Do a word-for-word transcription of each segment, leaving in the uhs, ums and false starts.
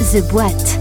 The Boîte.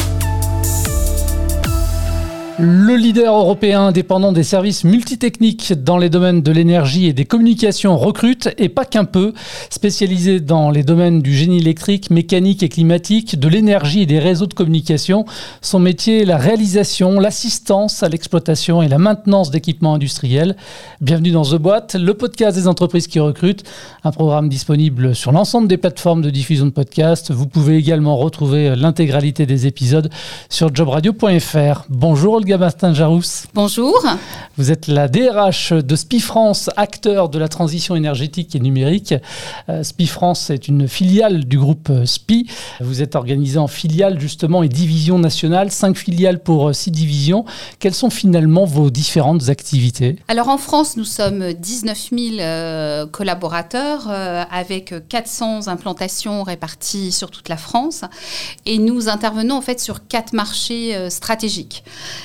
Le leader européen indépendant des services multitechniques dans les domaines de l'énergie et des communications recrute, et pas qu'un peu, spécialisé dans les domaines du génie électrique, mécanique et climatique, de l'énergie et des réseaux de communication. Son métier est la réalisation, l'assistance à l'exploitation et la maintenance d'équipements industriels. Bienvenue dans The Boîte, le podcast des entreprises qui recrutent, un programme disponible sur l'ensemble des plateformes de diffusion de podcasts. Vous pouvez également retrouver l'intégralité des épisodes sur job radio point f r. Bonjour Olga Mastin-Jarousse. Bonjour. Vous êtes la D R H de SPIE France, acteur de la transition énergétique et numérique. Euh, SPIE France est une filiale du groupe SPIE. Vous êtes organisé en filiales justement et divisions nationales, cinq filiales pour six divisions. Quelles sont finalement vos différentes activités ? Alors en France, nous sommes dix-neuf mille euh, collaborateurs euh, avec quatre cents implantations réparties sur toute la France et nous intervenons en fait sur quatre marchés euh, stratégiques.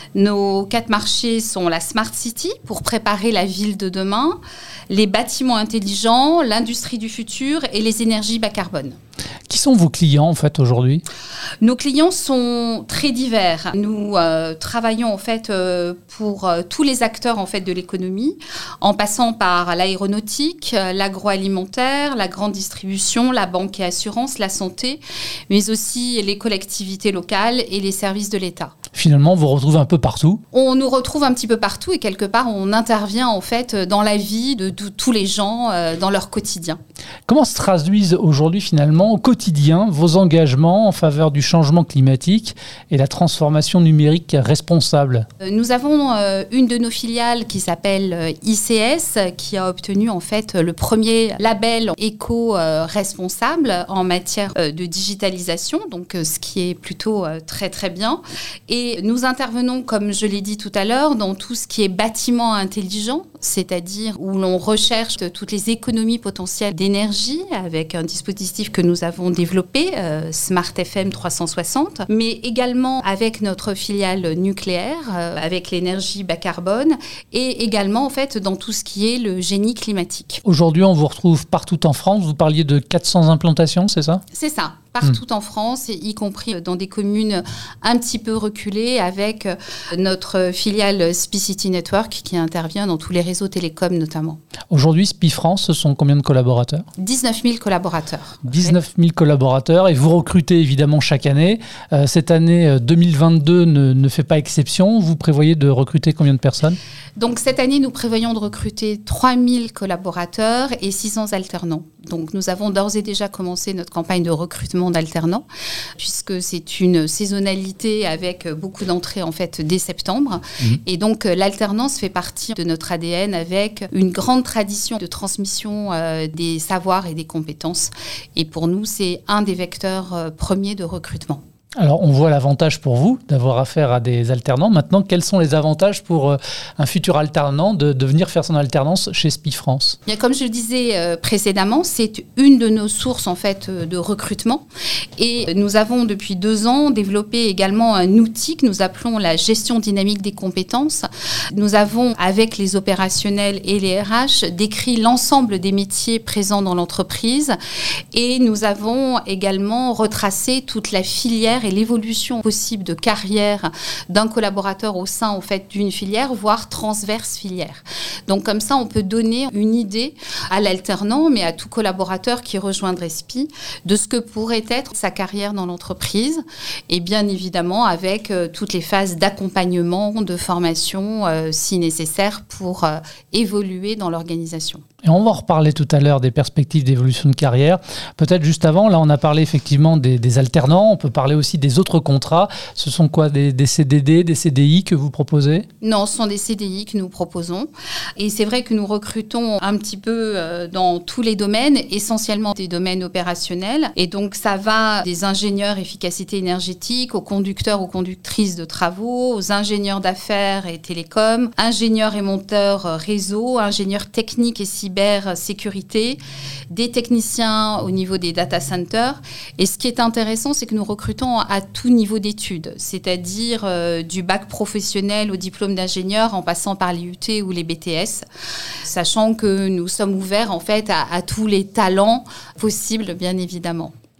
Nos quatre marchés sont la Smart City pour préparer la ville de demain, les bâtiments intelligents, l'industrie du futur et les énergies bas carbone. Qui sont vos clients en fait aujourd'hui ? Nos clients sont très divers. Nous euh, travaillons en fait euh, pour euh, tous les acteurs en fait de l'économie, en passant par l'aéronautique, l'agroalimentaire, la grande distribution, la banque et assurance, la santé, mais aussi les collectivités locales et les services de l'État. Finalement, vous retrouvez un peu partout ? On nous retrouve un petit peu partout et quelque part, on intervient en fait dans la vie de, de tous les gens, euh, dans leur quotidien. Comment se traduisent aujourd'hui finalement au quotidien vos engagements en faveur du changement climatique et la transformation numérique responsable ? Nous avons euh, une de nos filiales qui s'appelle euh, I C S qui a obtenu en fait le premier label éco-responsable euh, en matière euh, de digitalisation, donc euh, ce qui est plutôt euh, très très bien. Et nous intervenons, comme je l'ai dit tout à l'heure, dans tout ce qui est bâtiment intelligent, c'est-à-dire où l'on recherche toutes les économies potentielles d'énergie avec un dispositif que nous avons développé, euh, Smart F M trois cent soixante, mais également avec notre filiale nucléaire, euh, avec l'énergie bas carbone et également en fait dans tout ce qui est le génie climatique. Aujourd'hui, on vous retrouve partout en France. Vous parliez de quatre cents implantations, c'est ça ? C'est ça. Partout mmh. en France, y compris dans des communes un petit peu reculées, avec notre filiale SPIE City Network qui intervient dans tous les réseaux télécoms notamment. Aujourd'hui, SPIE France, ce sont combien de collaborateurs ? dix-neuf mille collaborateurs. dix-neuf mille collaborateurs et vous recrutez évidemment chaque année. Euh, cette année deux mille vingt-deux ne, ne fait pas exception. Vous prévoyez de recruter combien de personnes ? Donc cette année, nous prévoyons de recruter trois mille collaborateurs et six cents alternants. Donc nous avons d'ores et déjà commencé notre campagne de recrutement d'alternants, puisque c'est une saisonnalité avec beaucoup d'entrées en fait dès septembre. Mmh. Et donc l'alternance fait partie de notre A D N avec une grande tradition de transmission euh, des savoirs et des compétences. Et pour nous, c'est un des vecteurs euh, premiers de recrutement. Alors, on voit l'avantage pour vous d'avoir affaire à des alternants. Maintenant, quels sont les avantages pour euh, un futur alternant de, de venir faire son alternance chez SPIE France ? Bien, comme je le disais euh, précédemment, c'est une de nos sources en fait de recrutement. Et nous avons depuis deux ans développé également un outil que nous appelons la gestion dynamique des compétences. Nous avons, avec les opérationnels et les R H, décrit l'ensemble des métiers présents dans l'entreprise. Et nous avons également retracé toute la filière et l'évolution possible de carrière d'un collaborateur au sein en fait, d'une filière, voire transverse filière. Donc comme ça, on peut donner une idée à l'alternant, mais à tout collaborateur qui rejoindrait SPIE, de ce que pourrait être sa carrière dans l'entreprise, et bien évidemment avec euh, toutes les phases d'accompagnement, de formation, euh, si nécessaire, pour euh, évoluer dans l'organisation. Et on va en reparler tout à l'heure des perspectives d'évolution de carrière. Peut-être juste avant, là on a parlé effectivement des, des alternants, on peut parler aussi des autres contrats. Ce sont quoi, des, des C D D, des C D I que vous proposez ? Non, ce sont des C D I que nous proposons. Et c'est vrai que nous recrutons un petit peu euh, dans tous les domaines, essentiellement des domaines opérationnels. Et donc ça va des ingénieurs efficacité énergétique, aux conducteurs ou conductrices de travaux, aux ingénieurs d'affaires et télécoms, ingénieurs et monteurs réseau, ingénieurs techniques et cybersécurité, des techniciens au niveau des data centers. Et ce qui est intéressant, c'est que nous recrutons à tout niveau d'études, c'est-à-dire euh, du bac professionnel au diplôme d'ingénieur en passant par les U T ou les B T S, sachant que nous sommes ouverts en fait à, à tous les talents possibles, bien évidemment.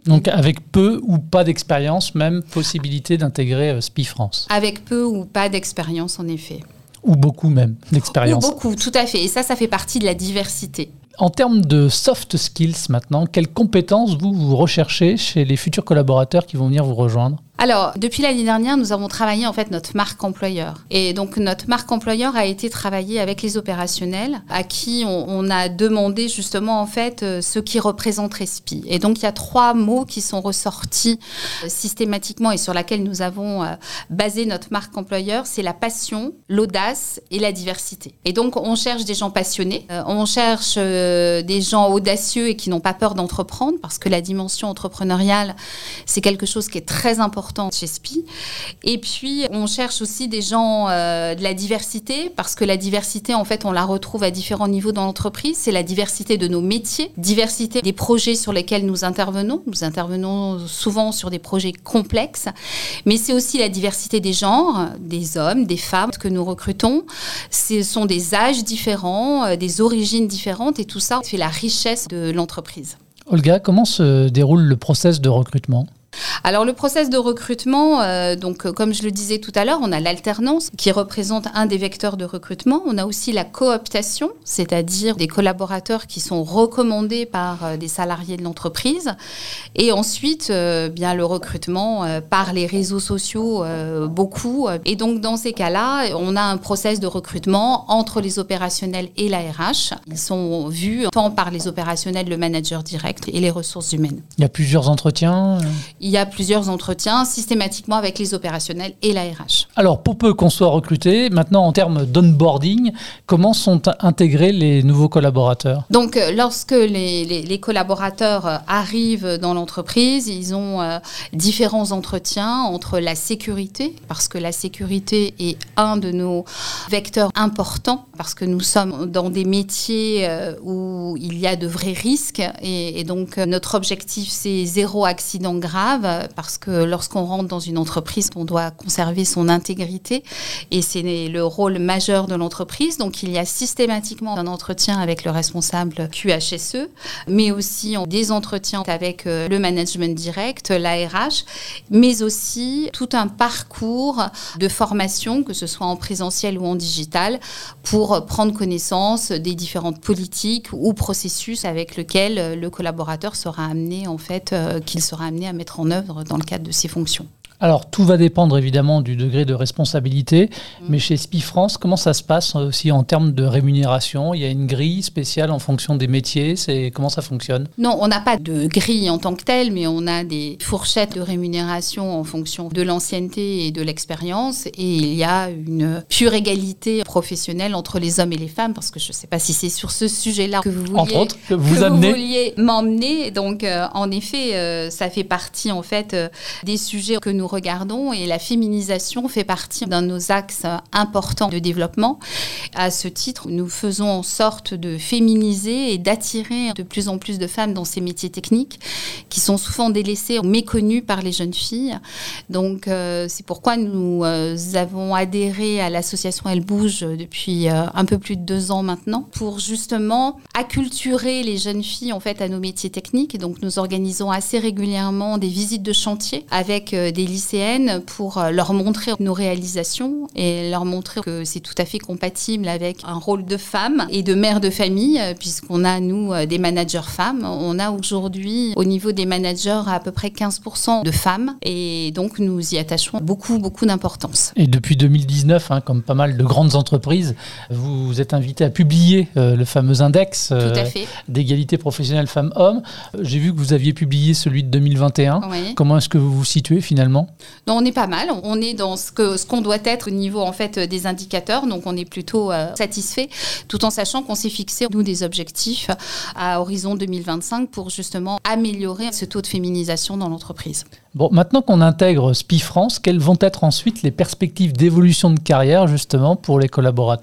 Donc avec peu ou pas d'expérience, même possibilité d'intégrer euh, SPIE France. Avec peu ou pas d'expérience, en effet. Ou beaucoup même d'expérience. Ou beaucoup, tout à fait. Et ça, ça fait partie de la diversité. En termes de soft skills maintenant, quelles compétences vous, vous recherchez chez les futurs collaborateurs qui vont venir vous rejoindre ? Alors, depuis l'année dernière, nous avons travaillé en fait notre marque employeur. Et donc, notre marque employeur a été travaillée avec les opérationnels à qui on, on a demandé justement en fait euh, ce qui représenterait SPIE. Et donc, il y a trois mots qui sont ressortis euh, systématiquement et sur lesquels nous avons euh, basé notre marque employeur. C'est la passion, l'audace et la diversité. Et donc, on cherche des gens passionnés. Euh, on cherche euh, des gens audacieux et qui n'ont pas peur d'entreprendre parce que la dimension entrepreneuriale, c'est quelque chose qui est très important chez SPIE. Et puis, on cherche aussi des gens euh, de la diversité, parce que la diversité, en fait, on la retrouve à différents niveaux dans l'entreprise. C'est la diversité de nos métiers, diversité des projets sur lesquels nous intervenons. Nous intervenons souvent sur des projets complexes, mais c'est aussi la diversité des genres, des hommes, des femmes que nous recrutons. Ce sont des âges différents, euh, des origines différentes, et tout ça fait la richesse de l'entreprise. Olga, comment se déroule le process de recrutement ? Alors le process de recrutement, euh, donc euh, comme je le disais tout à l'heure, on a l'alternance qui représente un des vecteurs de recrutement. On a aussi la cooptation, c'est-à-dire des collaborateurs qui sont recommandés par euh, des salariés de l'entreprise. Et ensuite, euh, bien le recrutement euh, par les réseaux sociaux, euh, beaucoup. Et donc dans ces cas-là, on a un process de recrutement entre les opérationnels et l'A R H. Ils sont vus tant par les opérationnels, le manager direct et les ressources humaines. Il y a plusieurs entretiens. Il y a plusieurs entretiens systématiquement avec les opérationnels et l'A R H. Alors, pour peu qu'on soit recruté, maintenant en termes d'onboarding, comment sont intégrés les nouveaux collaborateurs ? Donc, euh, lorsque les, les, les collaborateurs euh, arrivent dans l'entreprise, ils ont euh, différents entretiens entre la sécurité, parce que la sécurité est un de nos vecteurs importants, parce que nous sommes dans des métiers euh, où il y a de vrais risques, et, et donc euh, notre objectif, c'est zéro accident grave, parce que lorsqu'on rentre dans une entreprise, on doit conserver son intégrité et c'est le rôle majeur de l'entreprise. Donc, il y a systématiquement un entretien avec le responsable Q H S E, mais aussi des entretiens avec le management direct, l'A R H, mais aussi tout un parcours de formation, que ce soit en présentiel ou en digital, pour prendre connaissance des différentes politiques ou processus avec lesquels le collaborateur sera amené, en fait, euh, qu'il sera amené à mettre en œuvre dans le cadre de ses fonctions. Alors, tout va dépendre évidemment du degré de responsabilité, mmh. mais chez SPIE France, comment ça se passe aussi en termes de rémunération ? Il y a une grille spéciale en fonction des métiers, c'est, comment ça fonctionne ? Non, on n'a pas de grille en tant que telle, mais on a des fourchettes de rémunération en fonction de l'ancienneté et de l'expérience, et il y a une pure égalité professionnelle entre les hommes et les femmes, parce que je ne sais pas si c'est sur ce sujet-là que vous vouliez, Entre autres, que vous, que amenez. vous vouliez m'emmener. Donc, euh, en effet, euh, ça fait partie en fait euh, des sujets que nous regardons, et la féminisation fait partie d'un de nos axes importants de développement. À ce titre, nous faisons en sorte de féminiser et d'attirer de plus en plus de femmes dans ces métiers techniques qui sont souvent délaissés ou méconnus par les jeunes filles. Donc, euh, c'est pourquoi nous euh, avons adhéré à l'association Elle Bouge depuis euh, un peu plus de deux ans maintenant, pour justement acculturer les jeunes filles en fait à nos métiers techniques. Et donc, nous organisons assez régulièrement des visites de chantier avec euh, des lycéennes pour leur montrer nos réalisations et leur montrer que c'est tout à fait compatible avec un rôle de femme et de mère de famille, puisqu'on a, nous, des managers femmes. On a aujourd'hui, au niveau des managers, à peu près quinze pour cent de femmes, et donc nous y attachons beaucoup, beaucoup d'importance. Et depuis deux mille dix-neuf, hein, comme pas mal de grandes entreprises, vous, vous êtes invité à publier euh, le fameux index euh, d'égalité professionnelle femmes-hommes. J'ai vu que vous aviez publié celui de deux mille vingt et un. Oui. Comment est-ce que vous vous situez finalement ? Non, on est pas mal. On est dans ce, que, ce qu'on doit être au niveau en fait, des indicateurs. Donc, on est plutôt euh, satisfait, tout en sachant qu'on s'est fixé, nous, des objectifs à horizon deux mille vingt-cinq pour justement améliorer ce taux de féminisation dans l'entreprise. Bon, maintenant qu'on intègre SPIE France, quelles vont être ensuite les perspectives d'évolution de carrière, justement, pour les collaborateurs ?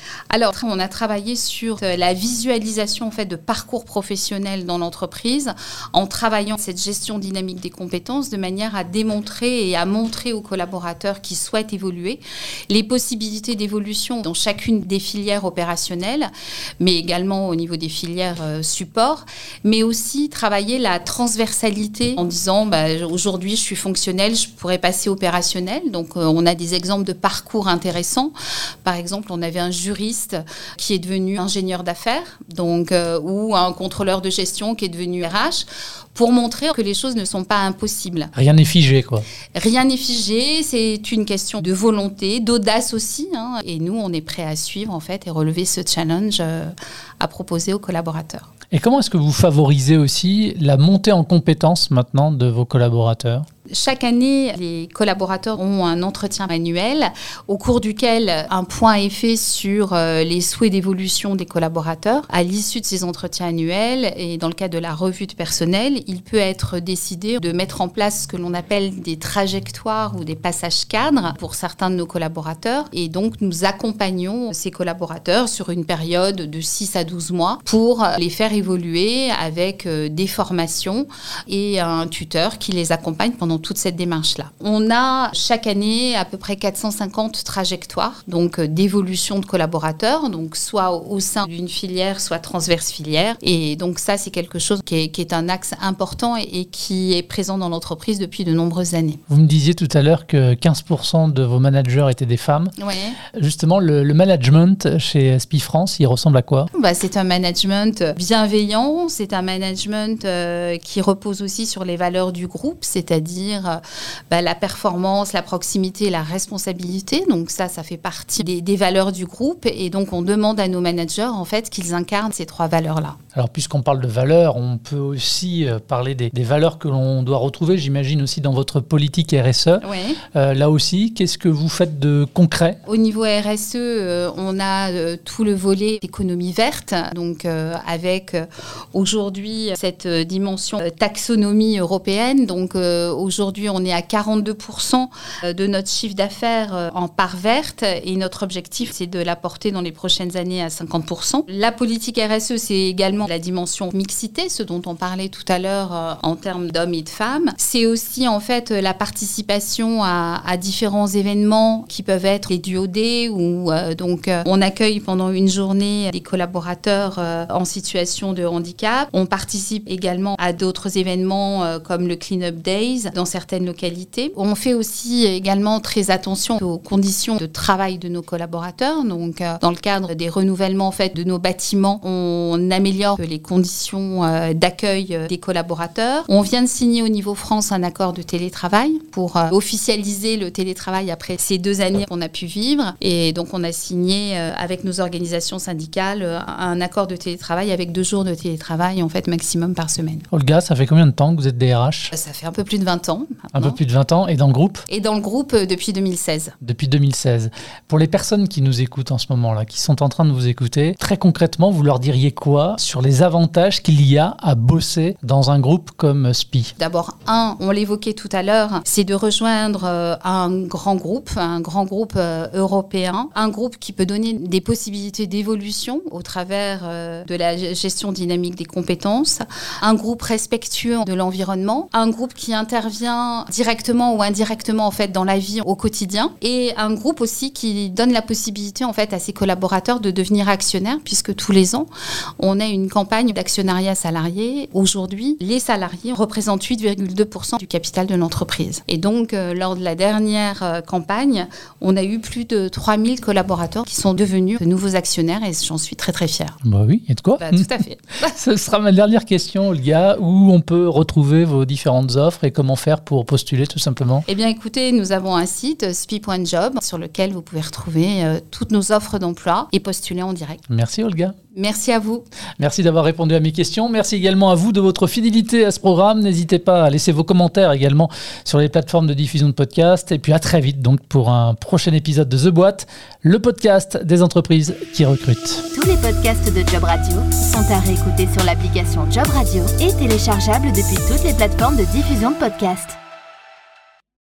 Alors, on a travaillé sur la visualisation en fait, de parcours professionnels dans l'entreprise en travaillant cette gestion dynamique des compétences de manière à démontrer et à montrer aux collaborateurs qui souhaitent évoluer les possibilités d'évolution dans chacune des filières opérationnelles, mais également au niveau des filières euh, support, mais aussi travailler la transversalité en disant bah, aujourd'hui je suis fonctionnel, je pourrais passer opérationnel. Donc euh, on a des exemples de parcours intéressants. Par exemple, on avait un juriste qui est devenu ingénieur d'affaires, donc euh, ou un contrôleur de gestion qui est devenu R H, pour montrer que les choses ne sont pas impossibles. Rien n'est figé, quoi. Rien n'est figé, c'est une question de volonté, d'audace aussi, hein, et nous, on est prêts à suivre en fait et relever ce challenge euh, à proposer aux collaborateurs. Et comment est-ce que vous favorisez aussi la montée en compétences maintenant de vos collaborateurs ? Chaque année, les collaborateurs ont un entretien annuel au cours duquel un point est fait sur les souhaits d'évolution des collaborateurs. À l'issue de ces entretiens annuels et dans le cadre de la revue de personnel, il peut être décidé de mettre en place ce que l'on appelle des trajectoires ou des passages cadres pour certains de nos collaborateurs. Et donc, nous accompagnons ces collaborateurs sur une période de six à douze mois pour les faire évoluer avec des formations et un tuteur qui les accompagne pendant toute cette démarche-là. On a chaque année à peu près quatre cent cinquante trajectoires donc euh, d'évolution de collaborateurs, donc soit au, au sein d'une filière, soit transverse filière. Et donc ça, c'est quelque chose qui est, qui est un axe important et, et qui est présent dans l'entreprise depuis de nombreuses années. Vous me disiez tout à l'heure que quinze pour cent de vos managers étaient des femmes. Oui. Justement, le, le management chez SPIE France, il ressemble à quoi ? Bah, c'est un management bienveillant, c'est un management euh, qui repose aussi sur les valeurs du groupe, c'est-à-dire Bah, la performance, la proximité, la responsabilité. Donc ça, ça fait partie des, des valeurs du groupe. Et donc, on demande à nos managers, en fait, qu'ils incarnent ces trois valeurs-là. Alors, puisqu'on parle de valeurs, on peut aussi parler des, des valeurs que l'on doit retrouver, j'imagine aussi dans votre politique R S E. Oui. Euh, là aussi, qu'est-ce que vous faites de concret ? Au niveau R S E, euh, on a euh, tout le volet économie verte. Donc, euh, avec euh, aujourd'hui cette euh, dimension euh, taxonomie européenne. Donc, euh, aujourd'hui, Aujourd'hui, on est à quarante-deux pour cent de notre chiffre d'affaires en part verte et notre objectif, c'est de la porter dans les prochaines années à cinquante pour cent. La politique R S E, c'est également la dimension mixité, ce dont on parlait tout à l'heure en termes d'hommes et de femmes. C'est aussi en fait la participation à, à différents événements qui peuvent être les duodés où euh, donc on accueille pendant une journée des collaborateurs euh, en situation de handicap. On participe également à d'autres événements euh, comme le Clean Up Days dans certaines localités. On fait aussi également très attention aux conditions de travail de nos collaborateurs. Donc, euh, dans le cadre des renouvellements en fait, de nos bâtiments, on améliore les conditions euh, d'accueil des collaborateurs. On vient de signer au niveau France un accord de télétravail pour euh, officialiser le télétravail après ces deux années qu'on a pu vivre. Et donc, on a signé euh, avec nos organisations syndicales euh, un accord de télétravail avec deux jours de télétravail en fait maximum par semaine. Olga, ça fait combien de temps que vous êtes D R H ? Ça fait un peu plus de vingt ans. Un peu plus de vingt ans. Et dans le groupe ? Et dans le groupe euh, depuis deux mille seize. Depuis deux mille seize. Pour les personnes qui nous écoutent en ce moment-là, qui sont en train de vous écouter, très concrètement, vous leur diriez quoi sur les avantages qu'il y a à bosser dans un groupe comme SPIE ? D'abord, un, on l'évoquait tout à l'heure, c'est de rejoindre euh, un grand groupe, un grand groupe euh, européen, un groupe qui peut donner des possibilités d'évolution au travers euh, de la gestion dynamique des compétences, un groupe respectueux de l'environnement, un groupe qui intervient directement ou indirectement en fait dans la vie au quotidien et un groupe aussi qui donne la possibilité en fait à ses collaborateurs de devenir actionnaires puisque tous les ans on a une campagne d'actionnariat salarié. Aujourd'hui, les salariés représentent huit virgule deux pour cent du capital de l'entreprise. Et donc euh, lors de la dernière euh, campagne, on a eu plus de trois mille collaborateurs qui sont devenus de nouveaux actionnaires et j'en suis très très fière. Bah oui, et de quoi ? Bah, tout à fait. Ce sera ma dernière question, Olga, où on peut retrouver vos différentes offres et comment faire pour postuler tout simplement ? Eh bien écoutez, nous avons un site spi point job sur lequel vous pouvez retrouver euh, toutes nos offres d'emploi et postuler en direct. Merci Olga. Merci à vous. Merci d'avoir répondu à mes questions. Merci également à vous de votre fidélité à ce programme. N'hésitez pas à laisser vos commentaires également sur les plateformes de diffusion de podcasts. Et puis à très vite donc pour un prochain épisode de The Boîte, le podcast des entreprises qui recrutent. Tous les podcasts de Job Radio sont à réécouter sur l'application Job Radio et téléchargeables depuis toutes les plateformes de diffusion de podcasts.